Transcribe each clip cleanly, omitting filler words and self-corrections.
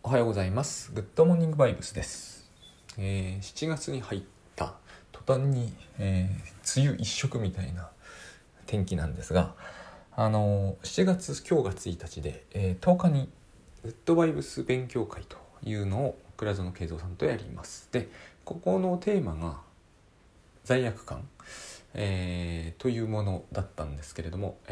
おはようございます。グッドモーニングバイブスです。7月に入った途端に、梅雨一色みたいな天気なんですが、7月今日が1日で、10日にグッドバイブス勉強会というのを倉園慶三さんとやります。で、ここのテーマが罪悪感、というものだったんですけれども、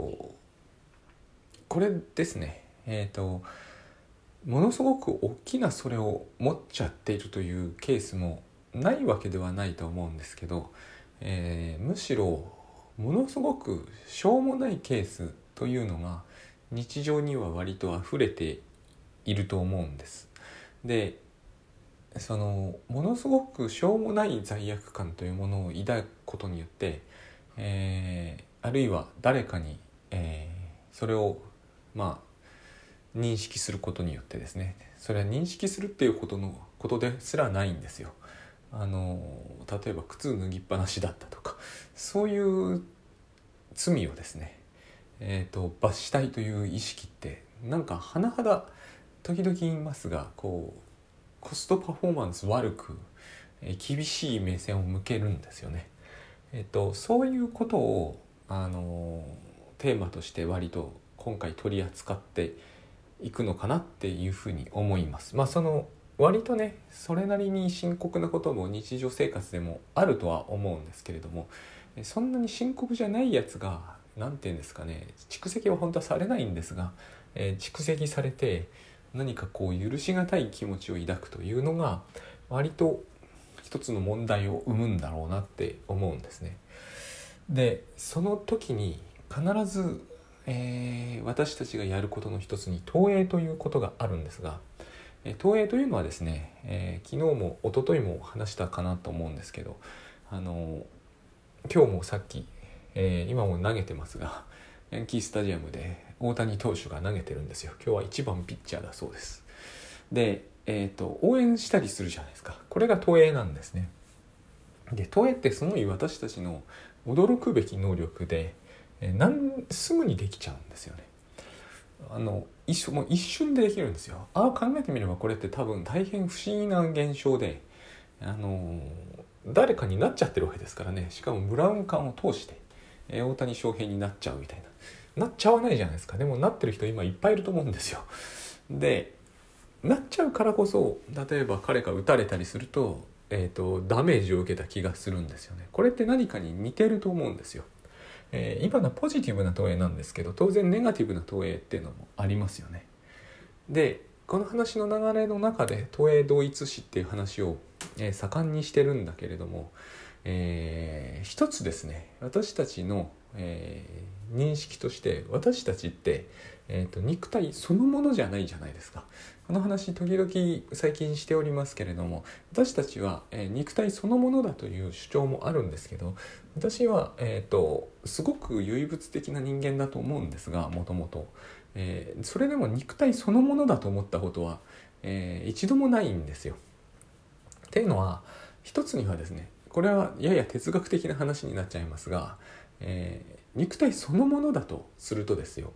これですね、ものすごく大きなそれを持っちゃっているというケースもないわけではないと思うんですけど、むしろものすごくしょうもないケースというのが日常には割と溢れていると思うんです。で、そのものすごくしょうもない罪悪感というものを抱くことによって、あるいは誰かに、それを認識することによってですね、それは認識するっていうことですらないんですよ。例えば靴脱ぎっぱなしだったとか、そういう罪をですね、罰したいという意識ってなんか甚だ時々言いますが、コストパフォーマンス悪く、厳しい目線を向けるんですよね。そういうことを、テーマとして割と今回取り扱っていくのかなっていうふうに思います。割とね、それなりに深刻なことも日常生活でもあるとは思うんですけれども、そんなに深刻じゃないやつがなんていうんですかね、蓄積は本当はされないんですが、蓄積されて何か許しがたい気持ちを抱くというのが割と一つの問題を生むんだろうなって思うんですね。で、その時に必ず私たちがやることの一つに投影ということがあるんですが、投影というのはですね、昨日も一昨日も話したかなと思うんですけど、今日もさっき、今も投げてますが、ヤンキースタジアムで大谷投手が投げてるんですよ。今日は1番ピッチャーだそうです。で、応援したりするじゃないですか。これが投影なんですね。で、投影ってすごい私たちの驚くべき能力で、すぐにできちゃうんですよね。もう一瞬でできるんですよ。考えてみればこれって多分大変不思議な現象で、誰かになっちゃってるわけですからね。しかもブラウン管を通して、大谷翔平になっちゃうみたいな。なっちゃわないじゃないですか。でもなってる人今いっぱいいると思うんですよ。で、なっちゃうからこそ、例えば彼が打たれたりすると、ダメージを受けた気がするんですよね。これって何かに似てると思うんですよ。今のはポジティブな投影なんですけど、当然ネガティブな投影っていうのもありますよね。で、この話の流れの中で投影同一視っていう話を、盛んにしてるんだけれども、一つですね、私たちの、認識として私たちって、肉体そのものじゃないじゃないですか。この話時々最近しておりますけれども、私たちは、肉体そのものだという主張もあるんですけど、私は、すごく唯物的な人間だと思うんですが、もともとそれでも肉体そのものだと思ったことは、一度もないんですよ。っていうのは、一つにはですね、これはやや哲学的な話になっちゃいますが、肉体そのものだとするとですよ、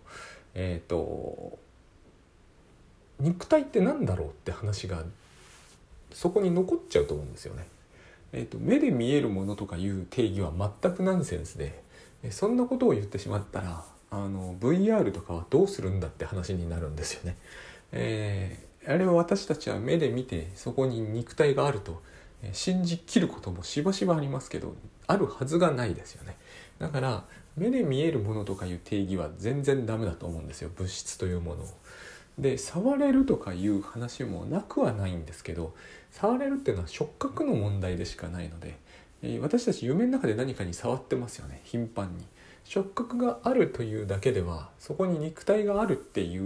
肉体って何だろうって話がそこに残っちゃうと思うんですよね。目で見えるものとかいう定義は全くナンセンスで、そんなことを言ってしまったらVR とかはどうするんだって話になるんですよね。あれは私たちは目で見てそこに肉体があると信じきることもしばしばありますけど、あるはずがないですよね。だから目で見えるものとかいう定義は全然ダメだと思うんですよ、物質というものを。で、触れるとかいう話もなくはないんですけど、触れるっていうのは触覚の問題でしかないので、私たち夢の中で何かに触ってますよね、頻繁に。触覚があるというだけではそこに肉体があるっていう、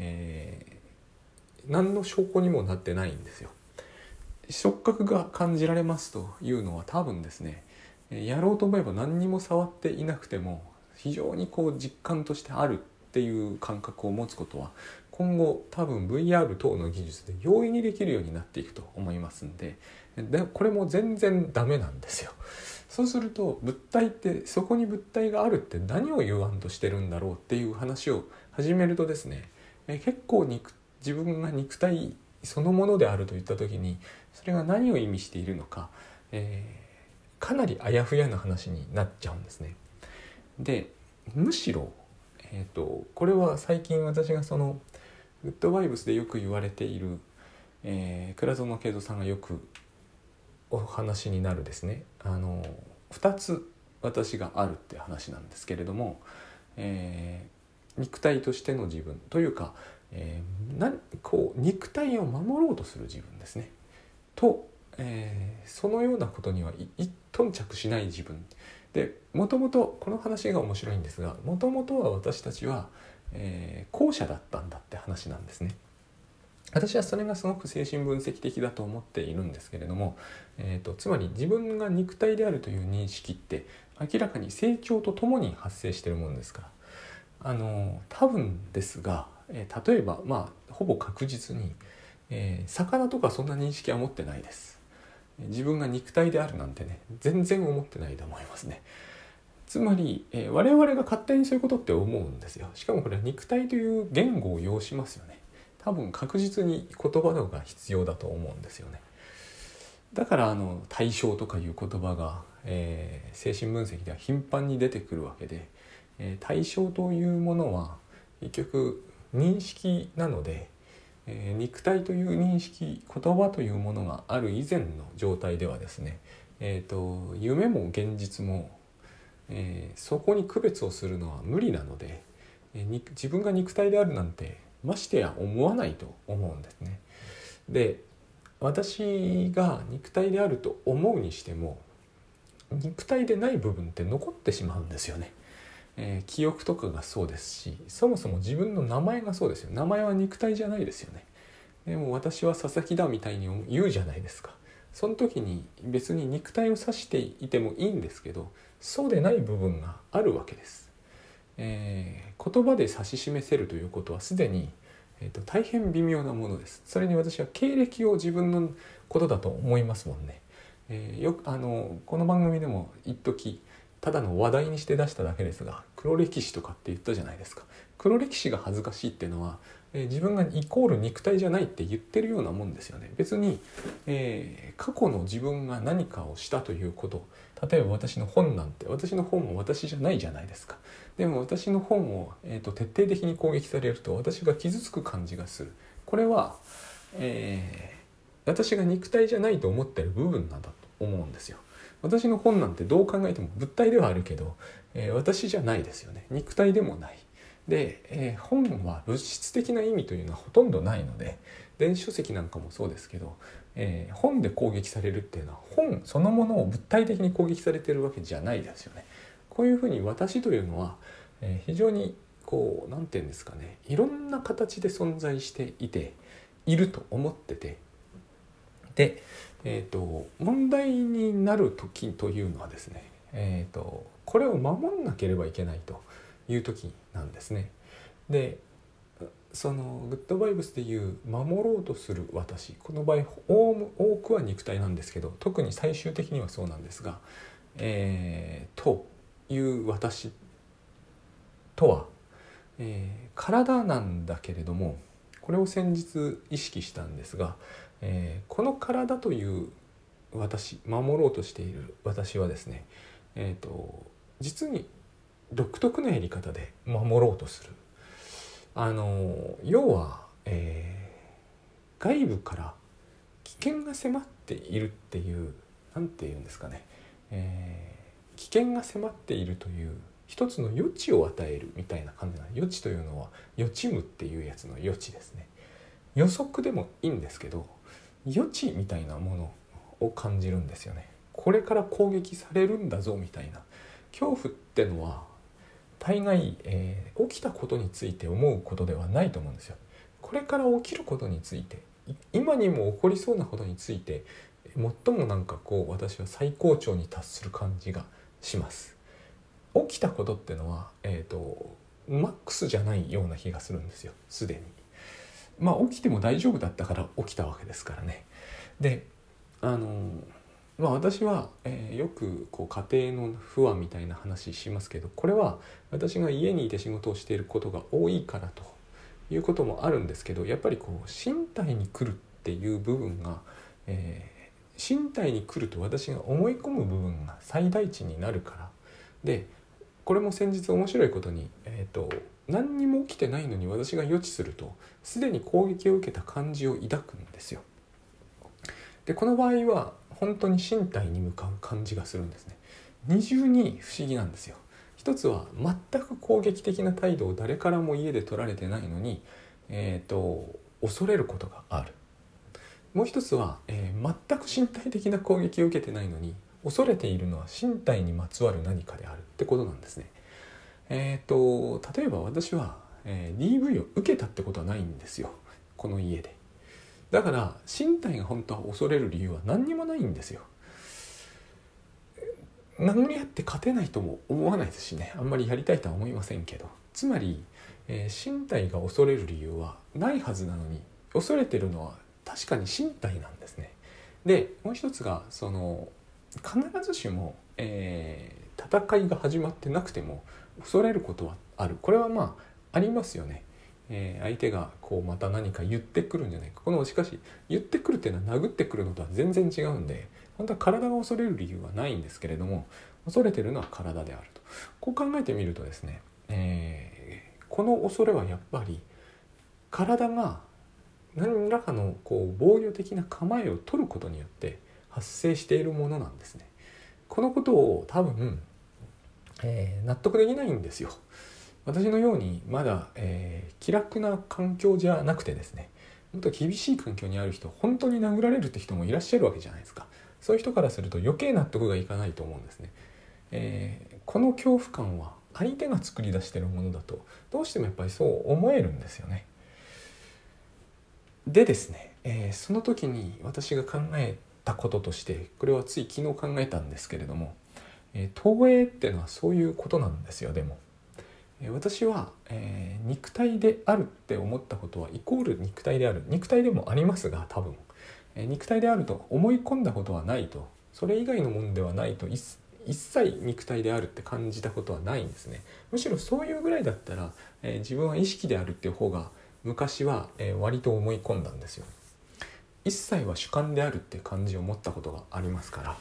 何の証拠にもなってないんですよ。触覚が感じられますというのは多分ですね、やろうと思えば何にも触っていなくても非常に実感としてあるっていう感覚を持つことは今後多分 VR 等の技術で容易にできるようになっていくと思いますんで、これも全然ダメなんですよ。そうすると物体って、そこに物体があるって何を言わんとしてるんだろうっていう話を始めるとですね、結構自分が肉体そのものであるといった時にそれが何を意味しているのか、かなりあやふやな話になっちゃうんですね。でむしろ、これは最近私がそのグッドバイブスでよく言われている、倉園慶三さんがよくお話になるですね、2つ私があるって話なんですけれども、肉体としての自分というか、こう肉体を守ろうとする自分ですねと、そのようなことには頓着しない自分で、もともとこの話が面白いんですが、もともとは私たちは、後者だったんだって話なんですね。私はそれがすごく精神分析的だと思っているんですけれども、つまり自分が肉体であるという認識って明らかに成長とともに発生しているものですから、多分ですが、例えばほぼ確実に、魚とかそんな認識は持ってないです。自分が肉体であるなんてね全然思ってないと思いますね。つまり、我々が勝手にそういうことって思うんですよ。しかもこれは肉体という言語を要しますよね。多分確実に言葉が必要だと思うんですよね。だから対象とかいう言葉が、精神分析では頻繁に出てくるわけで、対象というものは結局認識なので、肉体という認識、言葉というものがある以前の状態ではですね、夢も現実も、そこに区別をするのは無理なので、自分が肉体であるなんてましてや思わないと思うんですね。で、私が肉体であると思うにしても肉体でない部分って残ってしまうんですよね。記憶とかがそうですし、そもそも自分の名前がそうですよ。名前は肉体じゃないですよね。でも私は佐々木だみたいに言うじゃないですか。その時に別に肉体を指していてもいいんですけど、そうでない部分があるわけです。言葉で指し示せるということはすでに、大変微妙なものです。それに私は経歴を自分のことだと思いますもんね。この番組でも一時ただの話題にして出しただけですが、黒歴史とかって言ったじゃないですか。黒歴史が恥ずかしいっていうのは、自分がイコール肉体じゃないって言ってるようなもんですよね。別に、過去の自分が何かをしたということ、例えば私の本なんて、私の本も私じゃないじゃないですか。でも私の本を、徹底的に攻撃されると私が傷つく感じがする。これは、私が肉体じゃないと思ってる部分なんだと思うんですよ。私の本なんてどう考えても物体ではあるけど、私じゃないですよね。肉体でもない。で、本は物質的な意味というのはほとんどないので、電子書籍なんかもそうですけど、本で攻撃されるっていうのは本そのものを物体的に攻撃されてるわけじゃないですよね。こういうふうに私というのは、非常にこうなんていうんですかね、いろんな形で存在していると思ってて、で、問題になる時というのはですね、これを守んなければいけないという時なんですね。で、そのグッドバイブスでいう守ろうとする私、この場合多くは肉体なんですけど、特に最終的にはそうなんですが、という私とは、体なんだけれども、これを先日意識したんですが、この体という私、守ろうとしている私はですね、実に独特なやり方で守ろうとする。要は、外部から危険が迫っているっていう、なんていうんですかね、危険が迫っているという一つの余地を与えるみたいな感じな。余地というのは予知夢っていうやつの余地ですね。予測でもいいんですけど、余地みたいなものを感じるんですよね。これから攻撃されるんだぞみたいな恐怖ってのは大概、起きたことについて思うことではないと思うんですよ。これから起きることについて、今にも起こりそうなことについて最もなんかこう私は最高潮に達する感じがします。起きたことってのは、マックスじゃないような気がするんですよ、すでに。起きても大丈夫だったから起きたわけですからね。で、私は、よくこう家庭の不安みたいな話しますけど、これは私が家にいて仕事をしていることが多いからということもあるんですけど、やっぱりこう身体に来るっていう部分が、身体に来ると私が思い込む部分が最大値になるからで、これも先日面白いことに、何にも起きてないのに私が予知するとすでに攻撃を受けた感じを抱くんですよ。でこの場合は本当に身体に向かう感じがするんですね。二重に不思議なんですよ。一つは全く攻撃的な態度を誰からも家で取られてないのに、恐れることがある。もう一つは、全く身体的な攻撃を受けてないのに恐れているのは身体にまつわる何かであるってことなんですね。例えば私は、DV を受けたってことはないんですよ、この家で。だから身体が本当は恐れる理由は何にもないんですよ。殴り合って勝てないとも思わないですしね、あんまりやりたいとは思いませんけど、つまり、身体が恐れる理由はないはずなのに恐れてるのは確かに身体なんですね。でもう一つが必ずしも、戦いが始まってなくても恐れることはある。これはありますよね。相手がまた何か言ってくるんじゃないか。しかし言ってくるっていうのは殴ってくるのとは全然違うんで、本当は体が恐れる理由はないんですけれども、恐れてるのは体であると。こう考えてみるとですね、この恐れはやっぱり体が何らかの防御的な構えを取ることによって発生しているものなんですね。このことを多分、納得できないんですよ。私のようにまだ、気楽な環境じゃなくてですね、もっと厳しい環境にある人、本当に殴られるって人もいらっしゃるわけじゃないですか。そういう人からすると余計納得がいかないと思うんですね。この恐怖感は相手が作り出しているものだとどうしてもやっぱりそう思えるんですよね。でですね、その時に私が考えたこととして、これはつい昨日考えたんですけれども、投影っていうのはそういうことなんですよ。でも私は、肉体であるって思ったことはイコール肉体である、肉体でもありますが、多分、肉体であると思い込んだことはないと、それ以外のものではないと一切肉体であるって感じたことはないんですね。むしろそういうぐらいだったら、自分は意識であるっていう方が昔は、割と思い込んだんですよ。一切は主観であるって感じを持ったことがありますから、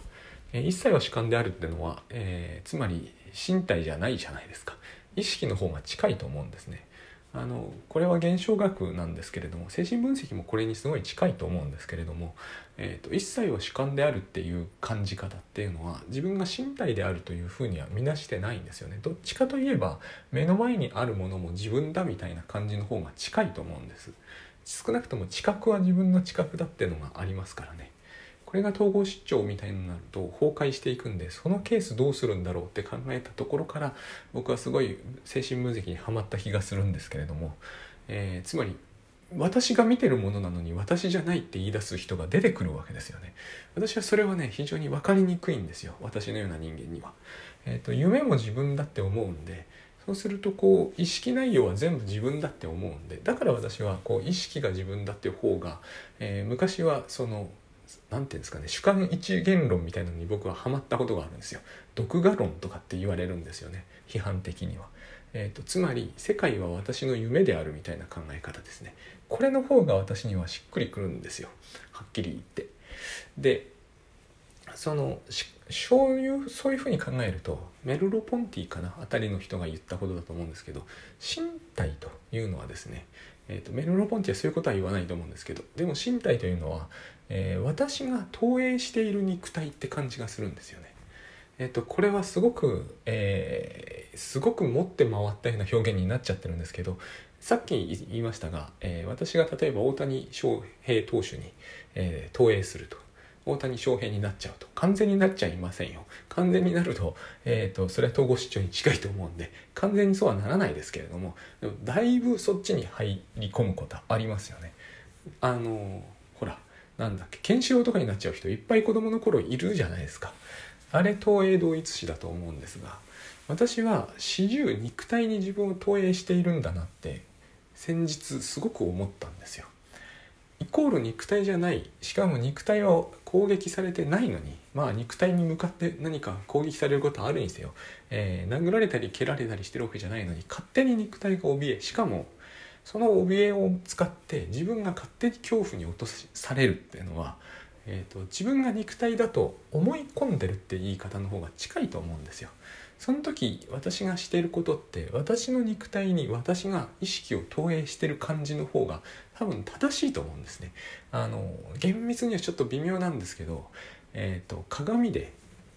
一切は主観であるっていうのは、つまり身体じゃないじゃないですか。意識の方が近いと思うんですね。これは現象学なんですけれども、精神分析もこれにすごい近いと思うんですけれども、一切は主観であるっていう感じ方っていうのは自分が身体であるというふうには見なしてないんですよね。どっちかといえば目の前にあるものも自分だみたいな感じの方が近いと思うんです。少なくとも知覚は自分の知覚だっていうのがありますからね。これが統合失調みたいになると崩壊していくんで、そのケースどうするんだろうって考えたところから僕はすごい精神分析にはまった気がするんですけれども、つまり私が見てるものなのに私じゃないって言い出す人が出てくるわけですよね。私はそれはね非常に分かりにくいんですよ、私のような人間には。夢も自分だって思うんで、そうすると意識内容は全部自分だって思うんで、だから私は意識が自分だっていう方が、昔はなんていうんですかね、主観一元論みたいなのに僕はハマったことがあるんですよ。独画論とかって言われるんですよね、批判的には。つまり世界は私の夢であるみたいな考え方ですね。これの方が私にはしっくりくるんですよ、はっきり言って。でそういうふうに考えると、メルロ・ポンティかなあたりの人が言ったことだと思うんですけど、身体というのはですね、メルロ・ポンティはそういうことは言わないと思うんですけど、でも身体というのは、私が投影している肉体って感じがするんですよね。これはすごく持って回ったような表現になっちゃってるんですけど、さっき言いましたが、私が例えば大谷翔平投手に、投影すると大谷翔平になっちゃうと、完全になっちゃいませんよ。完全になると、それは統合失調に近いと思うんで完全にそうはならないですけれども、でもだいぶそっちに入り込むことはありますよね。ほらなんだっけ、ケンシロウとかになっちゃう人いっぱい子供の頃いるじゃないですか。あれ投影同一視だと思うんですが、私は始終肉体に自分を投影しているんだなって先日すごく思ったんですよ。イコール肉体じゃない、しかも肉体は攻撃されてないのに、肉体に向かって何か攻撃されることはあるにせよ、殴られたり蹴られたりしてるわけじゃないのに勝手に肉体が怯え、しかもその怯えを使って自分が勝手に恐怖に落とされるっていうのは、自分が肉体だと思い込んでるって言い方の方が近いと思うんですよ。その時私がしていることって、私の肉体に私が意識を投影している感じの方が多分正しいと思うんですね。厳密にはちょっと微妙なんですけど、鏡で、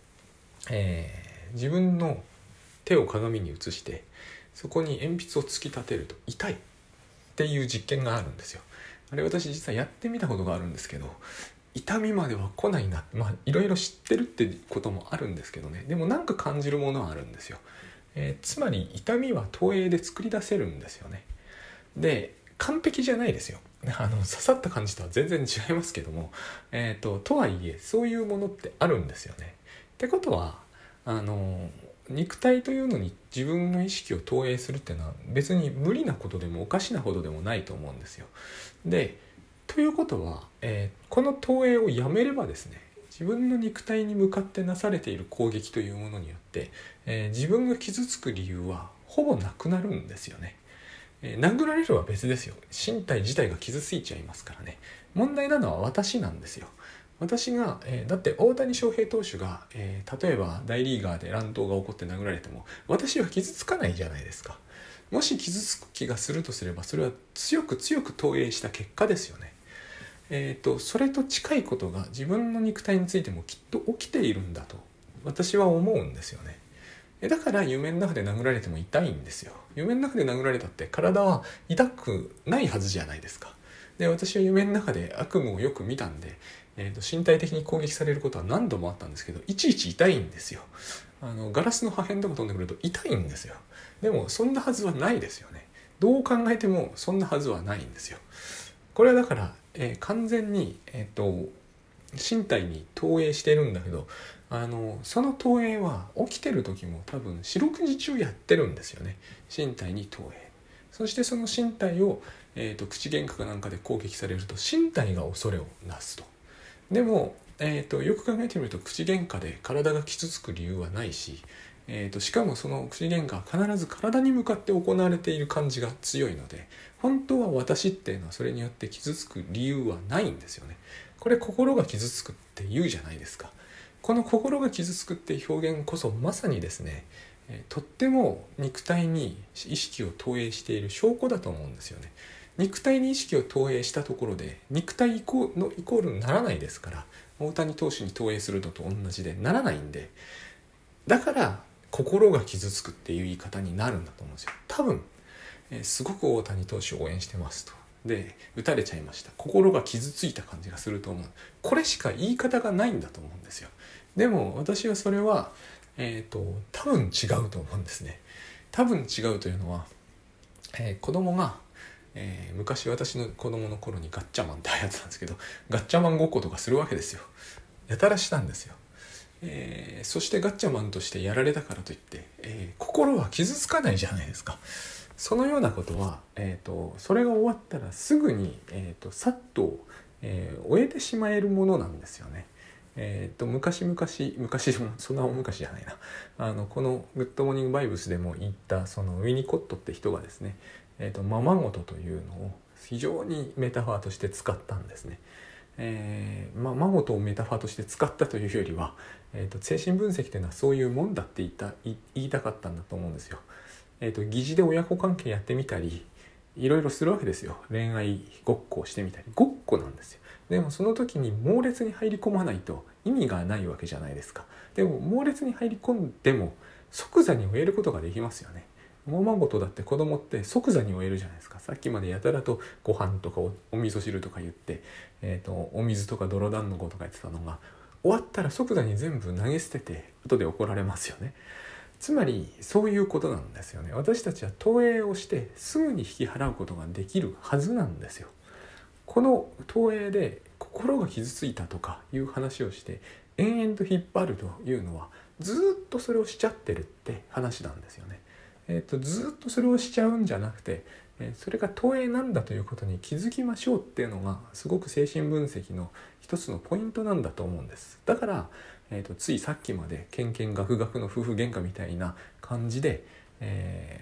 自分の手を鏡に映してそこに鉛筆を突き立てると痛いっていう実験があるんですよ。あれ私実はやってみたことがあるんですけど、痛みまでは来ないな、いろいろ知ってるってこともあるんですけどね、でもなんか感じるものはあるんですよ。つまり痛みは投影で作り出せるんですよね。で完璧じゃないですよ。刺さった感じとは全然違いますけども、とはいえそういうものってあるんですよね。ってことは肉体というのに自分の意識を投影するっていうのは別に無理なことでもおかしなほどでもないと思うんですよ。でということは、この投影をやめればですね、自分の肉体に向かってなされている攻撃というものによって、自分が傷つく理由はほぼなくなるんですよね。殴られるは別ですよ。身体自体が傷ついちゃいますからね。問題なのは私なんですよ。私が、だって大谷翔平投手が、例えば大リーガーで乱闘が起こって殴られても私は傷つかないじゃないですか。もし傷つく気がするとすればそれは強く強く投影した結果ですよね。それと近いことが自分の肉体についてもきっと起きているんだと私は思うんですよね。だから夢の中で殴られても痛いんですよ。夢の中で殴られたって体は痛くないはずじゃないですか。で私は夢の中で悪夢をよく見たんで、身体的に攻撃されることは何度もあったんですけど、いちいち痛いんですよ。ガラスの破片とか飛んでくると痛いんですよ。でもそんなはずはないですよね。どう考えてもそんなはずはないんですよ。これはだから、完全に、身体に投影してるんだけど、その投影は起きてる時も多分四六時中やってるんですよね。身体に投影。そしてその身体を、口喧嘩かなんかで攻撃されると身体が恐れをなすと。でも、よく考えてみると口喧嘩で体が傷つく理由はないし、しかもその口喧嘩は必ず体に向かって行われている感じが強いので、本当は私っていうのはそれによって傷つく理由はないんですよね。これ心が傷つくって言うじゃないですか。この心が傷つくっていう表現こそまさにですね、とっても肉体に意識を投影している証拠だと思うんですよね。肉体に意識を投影したところで肉体イコールにならないですから、大谷投手に投影するのと同じでならないんで、だから心が傷つくっていう言い方になるんだと思うんですよ。多分、すごく大谷投手を応援してますと。で打たれちゃいました、心が傷ついた感じがすると思う。これしか言い方がないんだと思うんですよ。でも私はそれは、多分違うと思うんですね。多分違うというのは、子供が、昔私の子供の頃にガッチャマンって流行ってたんですけど、ガッチャマンごっことかするわけですよ。やたらしたんですよ。そしてガッチャマンとしてやられたからといって、心は傷つかないじゃないですか。そのようなことは、それが終わったらすぐに、さっと、終えてしまえるものなんですよね。昔でもそんな大昔じゃないな、このグッドモーニングバイブスでも言ったそのウィニコットって人がですね、ままごとというのを非常にメタファーとして使ったんですね。ままごとをメタファーとして使ったというよりは、精神分析というのはそういうもんだって言いたかったんだと思うんですよ。疑似で親子関係やってみたりいろいろするわけですよ。恋愛ごっこをしてみたり、ごっこなんですよ。でもその時に猛烈に入り込まないと意味がないわけじゃないですか。でも猛烈に入り込んでも即座に終えることができますよね。おままごとだって子供って即座に終えるじゃないですか。さっきまでやたらとご飯とかお味噌汁とか言って、お水とか泥団子とか言ってたのが終わったら即座に全部投げ捨てて後で怒られますよね。つまりそういうことなんですよね。私たちは投影をしてすぐに引き払うことができるはずなんですよ。この投影で心が傷ついたとかいう話をして延々と引っ張るというのはずっとそれをしちゃってるって話なんですよね。ずっとそれをしちゃうんじゃなくて、それが投影なんだということに気づきましょうっていうのがすごく精神分析の一つのポイントなんだと思うんです。だから、ついさっきまでケンケンガクガクの夫婦喧嘩みたいな感じで、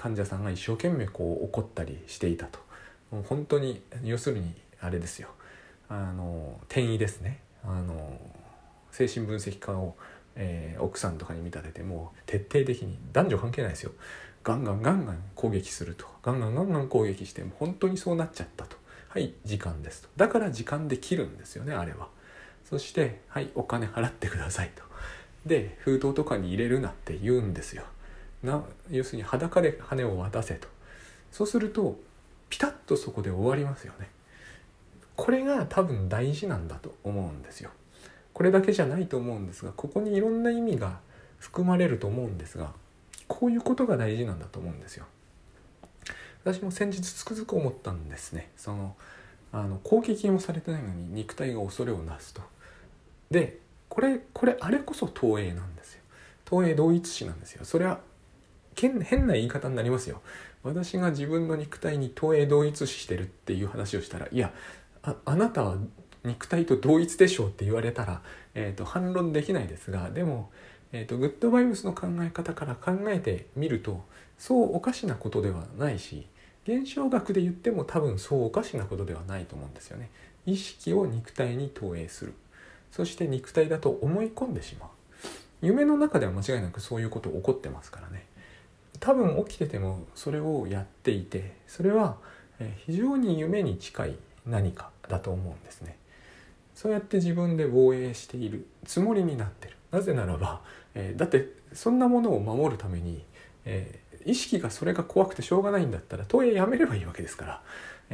患者さんが一生懸命こう怒ったりしていたと。もう本当に要するにあれですよ、転移ですね。精神分析家を、奥さんとかに見立ててもう徹底的に男女関係ないですよ、ガンガン攻撃すると、ガンガン攻撃して、もう本当にそうなっちゃったと。はい時間ですと。だから時間で切るんですよねあれは。そしてはいお金払ってくださいと。で封筒とかに入れるなって言うんですよ。要するに裸で羽を渡せと。そうするとピタッとそこで終わりますよね。これが多分大事なんだと思うんですよ。これだけじゃないと思うんですが、ここにいろんな意味が含まれると思うんですが、こういうことが大事なんだと思うんですよ。私も先日つくづく思ったんですね。攻撃もされてないのに肉体が恐れをなすと。でこれあれこそ投影なんですよ。投影同一視なんですよ。それは変な言い方になりますよ。私が自分の肉体に投影同一視してるっていう話をしたら、いや あなたは肉体と同一でしょうって言われたら、反論できないですが、でも、グッドバイブスの考え方から考えてみるとそうおかしなことではないし、現象学で言っても多分そうおかしなことではないと思うんですよね。意識を肉体に投影する、そして肉体だと思い込んでしまう。夢の中では間違いなくそういうこと起こってますからね。多分起きててもそれをやっていて、それは非常に夢に近い何かだと思うんですね。そうやって自分で防衛しているつもりになってる。なぜならば、だってそんなものを守るために、意識がそれが怖くてしょうがないんだったら投影やめればいいわけですから、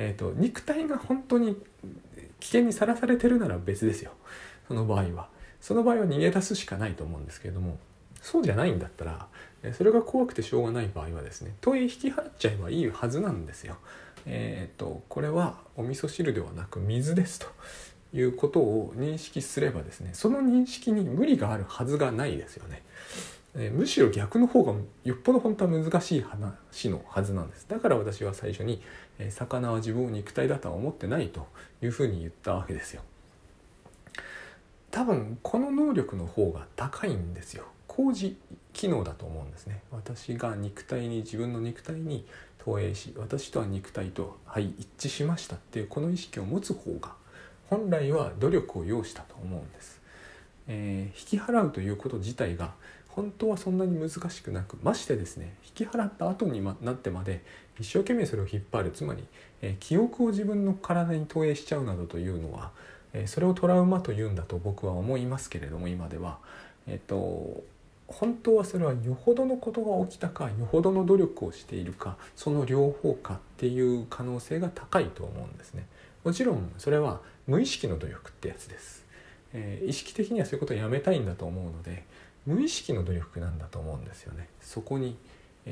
肉体が本当に危険にさらされてるなら別ですよ。その場合は逃げ出すしかないと思うんですけれども、そうじゃないんだったら、それが怖くてしょうがない場合はですね、投影引き払っちゃえばいいはずなんですよ。これはお味噌汁ではなく水ですということを認識すればですね、その認識に無理があるはずがないですよね。むしろ逆の方がよっぽど本当は難しい話のはずなんです。だから私は最初に、魚は自分を肉体だとは思ってないというふうに言ったわけですよ。多分この能力の方が高いんですよ。工事機能だと思うんですね。私が自分の肉体に投影し、私とは肉体と一致しましたっていうこの意識を持つ方が本来は努力を要したと思うんです。引き払うということ自体が本当はそんなに難しくなく、ましてですね、引き払った後になってまで一生懸命それを引っ張る、つまり、記憶を自分の体に投影しちゃうなどというのは、それをトラウマというんだと僕は思いますけれども、今では、本当はそれはよほどのことが起きたか、よほどの努力をしているか、その両方かっていう可能性が高いと思うんですね。もちろんそれは無意識の努力ってやつです。意識的にはそういうことをやめたいんだと思うので、無意識の努力なんだと思うんですよね。そこに、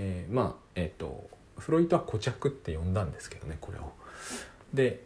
フロイトは固着って呼んだんですけどね、これを。で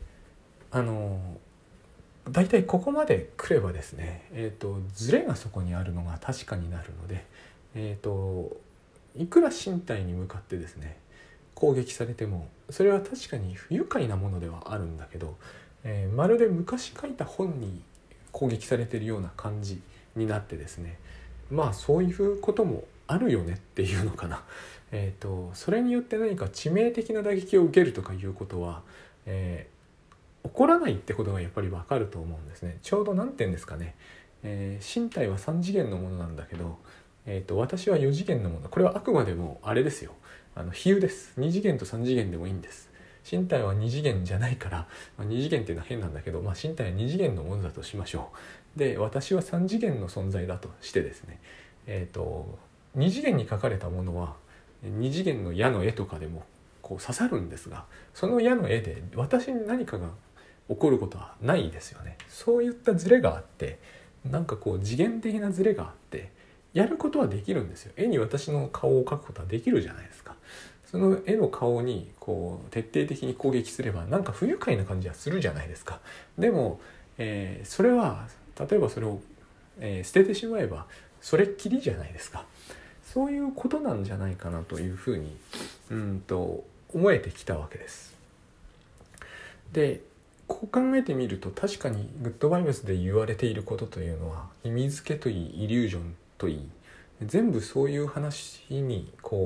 大体ここまで来ればですね、ズレがそこにあるのが確かになるので、いくら身体に向かってですね攻撃されても、それは確かに不愉快なものではあるんだけど、まるで昔書いた本に攻撃されているような感じになってですね、まあそういうこともあるよねっていうのかな。それによって何か致命的な打撃を受けるとかいうことは、起こらないってことがやっぱり分かると思うんですね。ちょうど何て言うんですかね、身体は3次元のものなんだけど、私は4次元のもの。これはあくまでもあれですよ、比喩です。2次元と3次元でもいいんです。身体は2次元じゃないから、2次元っていうのは変なんだけど、身体は2次元のものだとしましょう。で、私は3次元の存在だとしてですね、2次元に描かれたものは2次元の矢の絵とかでもこう刺さるんですが、その矢の絵で私に何かが起こることはないですよね。そういったズレがあって、なんかこう次元的なズレがあってやることはできるんですよ。絵に私の顔を描くことはできるじゃないですか。その絵の顔にこう徹底的に攻撃すればなんか不愉快な感じはするじゃないですか。でも、それは例えばそれを、捨ててしまえばそれっきりじゃないですか。そういうことなんじゃないかなというふうに思えてきたわけです。で、こう考えてみると確かにグッドバイブスで言われていることというのは、意味付けといいイリュージョンといい、全部そういう話にこ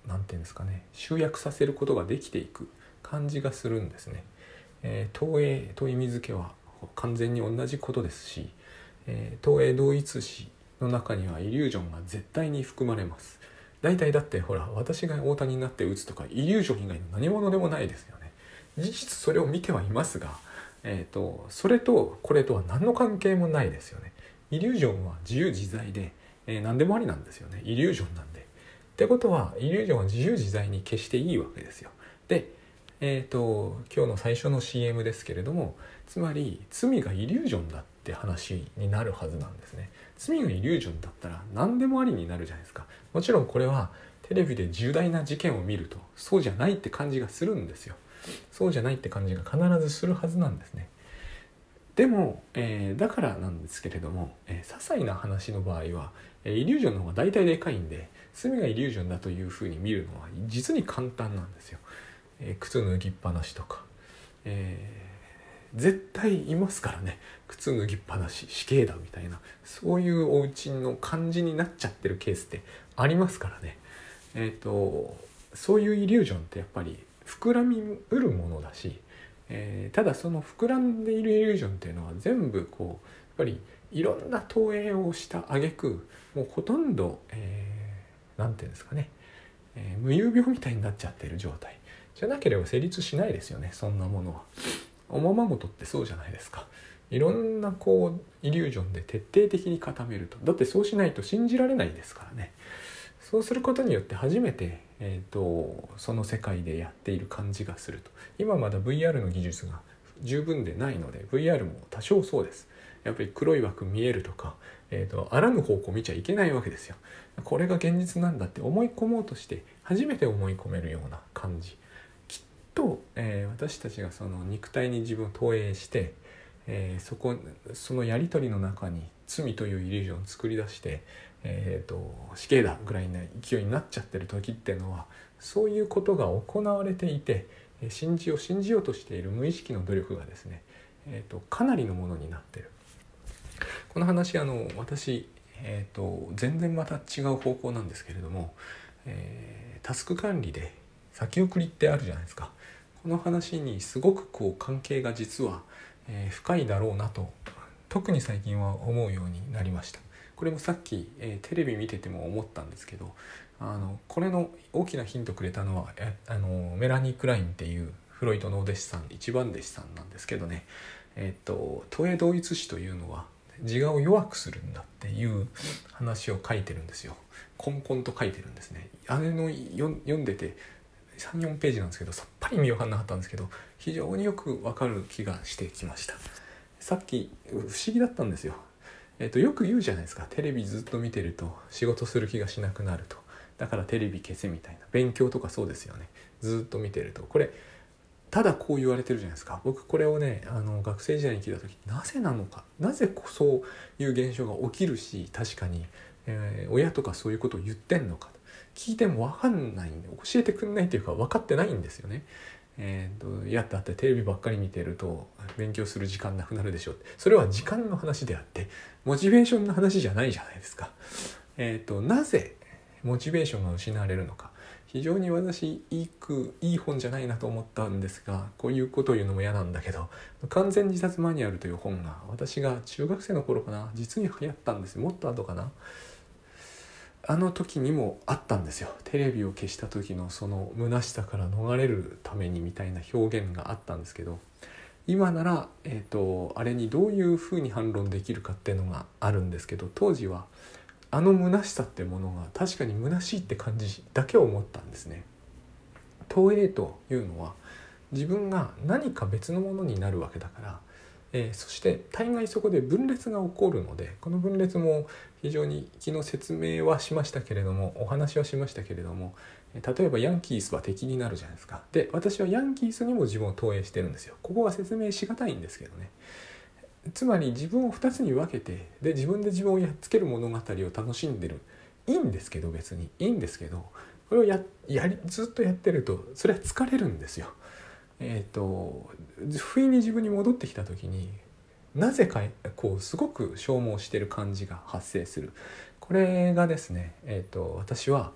なんていうんですかね、集約させることができていく感じがするんですね。投影と意味付けは完全に同じことですし、投影同一視の中にはイリュージョンが絶対に含まれます。大体だってほら、私が大谷になって打つとかイリュージョン以外の何者でもないですよね。事実それを見てはいますが、それとこれとは何の関係もないですよね。イリュージョンは自由自在で、何でもありなんですよね。イリュージョンなんで。ってことはイリュージョンは自由自在に消していいわけですよ。で、今日の最初の CM ですけれども、つまり罪がイリュージョンだって話になるはずなんですね。罪がイリュージョンだったら何でもありになるじゃないですか。もちろんこれはテレビで重大な事件を見るとそうじゃないって感じがするんですよ。そうじゃないって感じが必ずするはずなんですね。でも、だからなんですけれども、些細な話の場合は、イリュージョンの方が大体でかいんで、罪がイリュージョンだというふうに見るのは実に簡単なんですよ。靴脱ぎっぱなしとか、絶対いますからね。靴脱ぎっぱなし死刑だみたいな、そういうお家の感じになっちゃってるケースってありますからね。そういうイリュージョンってやっぱり膨らみうるものだし、ただその膨らんでいるイリュージョンっていうのは全部こうやっぱりいろんな投影をした挙句、もうほとんど、なんていうんですかね、無遊病みたいになっちゃっている状態じゃなければ成立しないですよね、そんなものは。おままごとってそうじゃないですか。いろんなこうイリュージョンで徹底的に固めると、だってそうしないと信じられないですからね。そうすることによって初めて、その世界でやっている感じがすると。今まだ VR の技術が十分でないので VR も多少そうです。やっぱり黒い枠見えるとか、あらぬ方向見ちゃいけないわけですよ。これが現実なんだって思い込もうとして初めて思い込めるような感じ。きっと、私たちがその肉体に自分を投影して、そのやり取りの中に罪というイリュージョンを作り出して、死刑だぐらいな勢いになっちゃってる時っていうのは、そういうことが行われていて、信じようとしている無意識の努力がですね、かなりのものになってる。この話私、全然また違う方向なんですけれども、タスク管理で先送りってあるじゃないですか。この話にすごくこう関係が実は、深いだろうなと特に最近は思うようになりました。これもさっき、テレビ見てても思ったんですけど、これの大きなヒントくれたのはメラニー・クラインっていうフロイトのお弟子さん、一番弟子さんなんですけどね、投影同一視というのは自我を弱くするんだっていう話を書いてるんですよ。こんこんと書いてるんですね。読んでて 3,4 ページなんですけど、さっぱり見分かんなかったんですけど、非常によくわかる気がしてきました。さっき不思議だったんですよ。よく言うじゃないですか。テレビずっと見てると仕事する気がしなくなると。だからテレビ消せみたいな。勉強とかそうですよね。ずっと見てると。これただこう言われてるじゃないですか。僕これをね、学生時代に聞いた時、なぜなのか、なぜそういう現象が起きるし、確かに、親とかそういうことを言ってんのかと聞いても分かんないんで、教えてくんないというか分かってないんですよね。だってテレビばっかり見てると勉強する時間なくなるでしょうって。それは時間の話であってモチベーションの話じゃないじゃないですか。なぜモチベーションが失われるのか、非常に私いい本じゃないなと思ったんですが、こういうことを言うのも嫌なんだけど、完全自殺マニュアルという本が私が中学生の頃かな、実に流行ったんですよ。もっと後かな。あの時にもあったんですよ。テレビを消した時のその虚しさから逃れるためにみたいな表現があったんですけど、今なら、あれにどういうふうに反論できるかっていうのがあるんですけど、当時はあの虚しさってものが確かに虚しいって感じだけを思ったんですね。投影というのは自分が何か別のものになるわけだから、そして大概そこで分裂が起こるので、この分裂も非常に昨日説明はしましたけれども、お話はしましたけれども、例えばヤンキースは敵になるじゃないですか。で、私はヤンキースにも自分を投影してるんですよ。ここは説明しがたいんですけどね。つまり自分を2つに分けて、で自分で自分をやっつける物語を楽しんでる。いいんですけど、別にいいんですけど、これをずっとやってるとそれは疲れるんですよ。不意に自分に戻ってきた時になぜかこうすごく消耗してる感じが発生する。これがですね、私は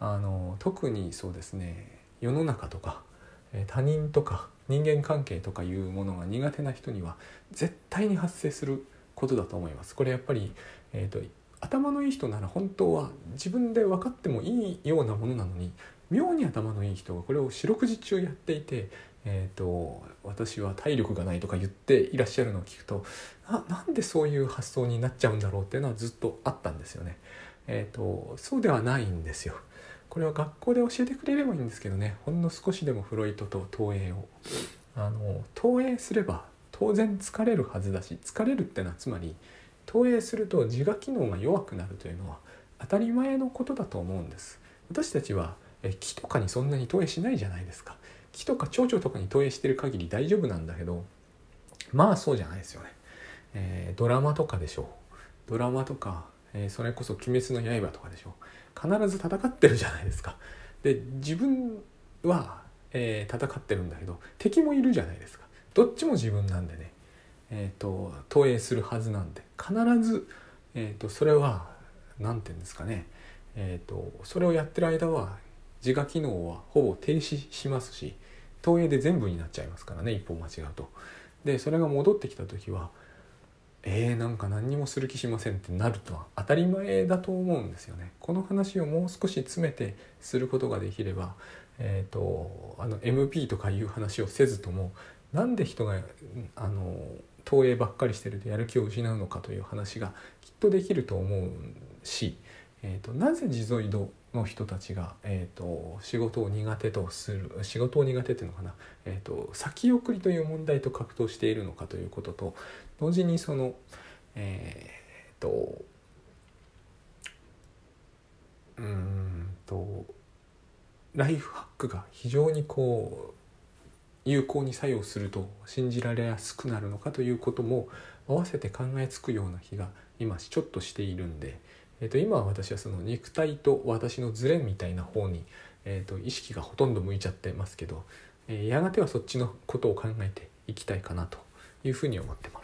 特にそうですね、世の中とか他人とか人間関係とかいうものが苦手な人には絶対に発生することだと思います。これやっぱり、頭のいい人なら本当は自分で分かってもいいようなものなのに、妙に頭のいい人がこれを四六時中やっていて、私は体力がないとか言っていらっしゃるのを聞くと、なんでそういう発想になっちゃうんだろうっていうのはずっとあったんですよね。そうではないんですよ。これは学校で教えてくれればいいんですけどね、ほんの少しでもフロイトと投影を投影すれば当然疲れるはずだし、疲れるってのはつまり投影すると自我機能が弱くなるというのは当たり前のことだと思うんです。私たちは木とかにそんなに投影しないじゃないですか。木とか蝶々とかに投影してる限り大丈夫なんだけど、まあそうじゃないですよね。ドラマとかでしょう。ドラマとか、それこそ鬼滅の刃とかでしょう。必ず戦ってるじゃないですか。で自分は、戦ってるんだけど敵もいるじゃないですか。どっちも自分なんでね、投影するはずなんで必ず、それは何て言うんですかね、それをやってる間は自我機能はほぼ停止しますし、投影で全部になっちゃいますからね、一歩間違うと。でそれが戻ってきた時はなんか何にもする気しませんってなるとは当たり前だと思うんですよね。この話をもう少し詰めてすることができれば、MP とかいう話をせずとも、なんで人が投影ばっかりしてるとやる気を失うのかという話がきっとできると思うし、なぜジゾイドの人たちが、仕事を苦手とする、仕事を苦手っていうのかな、先送りという問題と格闘しているのかということと、同時にそのライフハックが非常に有効に作用すると信じられやすくなるのかということも合わせて考えつくような気が今ちょっとしているんで、今は私はその肉体と私のズレみたいな方に、意識がほとんど向いちゃってますけど、やがてはそっちのことを考えていきたいかなというふうに思ってます。